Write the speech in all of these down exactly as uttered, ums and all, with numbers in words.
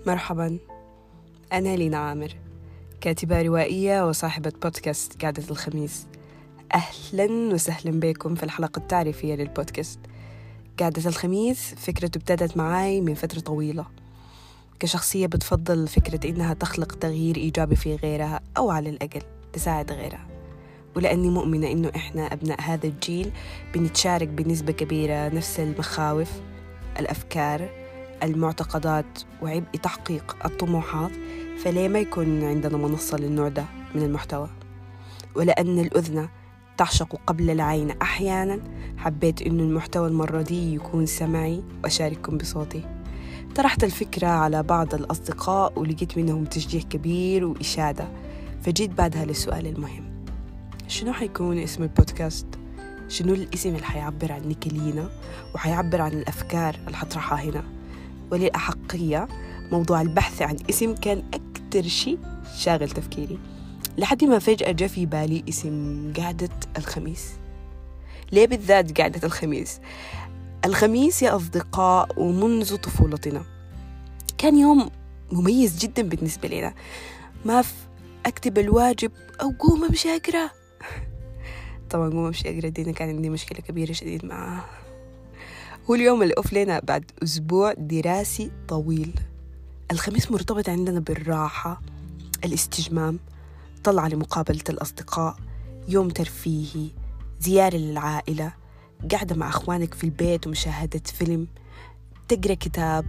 مرحبا، أنا لينا عامر، كاتبة روائية وصاحبة بودكاست قعدة الخميس. أهلا وسهلا بكم في الحلقة التعريفية للبودكاست. قعدة الخميس فكرته ابتدت معاي من فترة طويلة، كشخصية بتفضل فكرة إنها تخلق تغيير إيجابي في غيرها أو على الأقل تساعد غيرها، ولأني مؤمنة إنه إحنا أبناء هذا الجيل بنتشارك بنسبة كبيرة نفس المخاوف، الأفكار، المعتقدات وعبء تحقيق الطموحات، فليه ما يكون عندنا منصة للنوع ده من المحتوى؟ ولأن الأذن تعشق قبل العين أحيانا، حبيت إنه المحتوى المرة دي يكون سمعي وأشارككم بصوتي. طرحت الفكرة على بعض الأصدقاء ولقيت منهم تشجيع كبير وإشادة، فجيت بعدها للسؤال المهم: شنو حيكون اسم البودكاست؟ شنو الاسم اللي حيعبر عن نيكلينا وحيعبر عن الأفكار اللي حطرحها هنا؟ وللأحقية موضوع البحث عن اسم كان أكتر شيء شاغل تفكيري، لحد ما فجأة جاء في بالي اسم قعدة الخميس. ليه بالذات قعدة الخميس؟ الخميس يا أصدقاء ومنذ طفولتنا كان يوم مميز جدا بالنسبة لنا، ما في أكتب الواجب أو قوم أمشي أقرأ. طبعا قوم أمشي أقرأ دينا كان عندي مشكلة كبيرة شديد معها. هو اليوم اللي أوف لنا بعد أسبوع دراسي طويل. الخميس مرتبط عندنا بالراحة، الاستجمام، طلعة لمقابلة الأصدقاء، يوم ترفيهي، زيارة للعائلة، قاعدة مع أخوانك في البيت ومشاهدة فيلم، تقرأ كتاب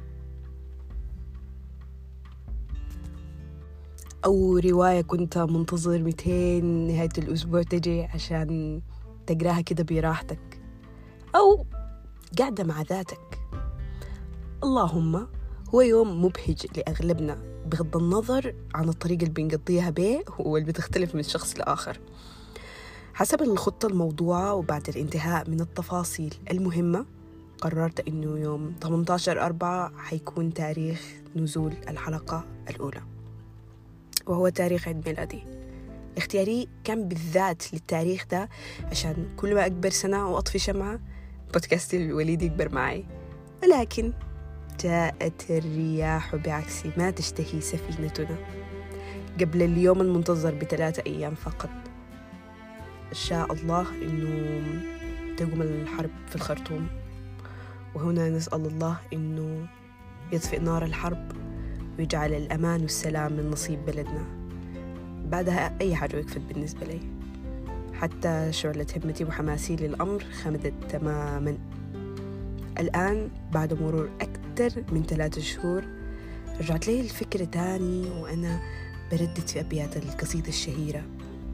أو رواية كنت منتظر مئتين نهاية الأسبوع تجي عشان تقرأها كده براحتك، أو قاعدة مع ذاتك. اللهم هو يوم مبهج لأغلبنا بغض النظر عن الطريقة اللي بنقضيها به واللي بتختلف من شخص لآخر حسب الخطة الموضوعة. وبعد الانتهاء من التفاصيل المهمة قررت إنه يوم ثمانية عشر أربعة حيكون تاريخ نزول الحلقة الأولى، وهو تاريخ عيد ميلادي. اختياري كان بالذات للتاريخ ده عشان كل ما أكبر سنة وأطفي شمعة بودكاست الوليد يكبر معي. ولكن جاءت الرياح بعكس ما تشتهي سفينتنا. قبل اليوم المنتظر بثلاثة أيام فقط شاء الله إنه تقوم الحرب في الخرطوم، وهنا نسأل الله إنه يطفئ نار الحرب ويجعل الأمان والسلام من نصيب بلدنا. بعدها أي حاجة وقفت بالنسبة لي، حتى شعلة همتي وحماسي للأمر خمدت تماما. الآن بعد مرور أكثر من ثلاثة شهور رجعت لي الفكرة تاني وأنا بردد في أبيات القصيدة الشهيرة: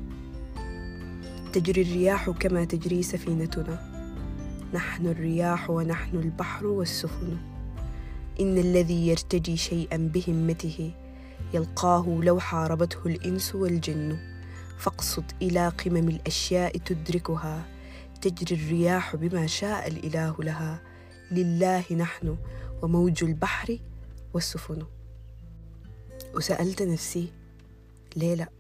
تجري الرياح كما تجري سفينتنا، نحن الرياح ونحن البحر والسفن، إن الذي يرتجي شيئا بهمته يلقاه لو حاربته الإنس والجن، فاقصد إلى قمم الأشياء تدركها، تجري الرياح بما شاء الإله لها، لله نحن وموج البحر والسفن. وسألت نفسي ليه لا؟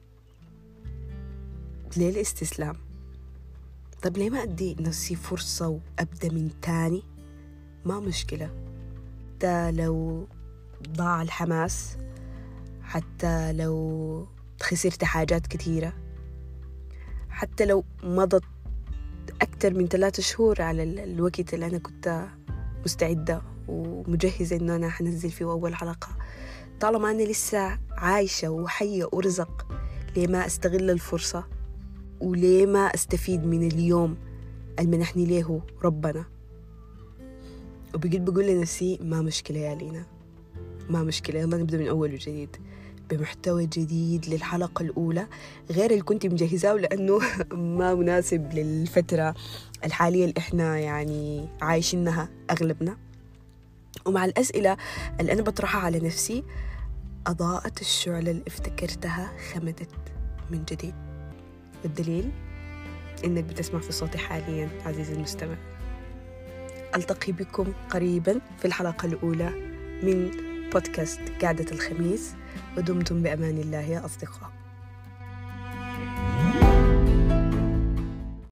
ليه الاستسلام؟ طب ليه ما أدي نفسي فرصة وأبدأ من تاني؟ ما مشكلة، حتى لو ضاع الحماس، حتى لو خسرت حاجات كثيرة، حتى لو مضت أكثر من ثلاثة شهور على الوقت اللي أنا كنت مستعدة ومجهزة إنه أنا حنزل فيه أول حلقة، طالما أنا لسه عايشة وحية أرزق، ليه ما أستغل الفرصة؟ وليه ما أستفيد من اليوم المنحني له ربنا؟ وبقيت بقول لنفسي ما مشكلة يا لينا، ما مشكلة، يلا نبدأ من أول وجديد بمحتوى جديد للحلقة الأولى غير اللي كنت مجهزاه، لأنه ما مناسب للفترة الحالية اللي إحنا يعني عايشينها أغلبنا. ومع الأسئلة اللي أنا بطرحها على نفسي أضاءت الشعلة اللي افتكرتها خمدت من جديد، والدليل إنك بتسمع في صوتي حاليا عزيزي المستمع. ألتقي بكم قريبا في الحلقة الأولى من بودكاست قعدة الخميس، ودمتم بأمان الله يا أصدقاء.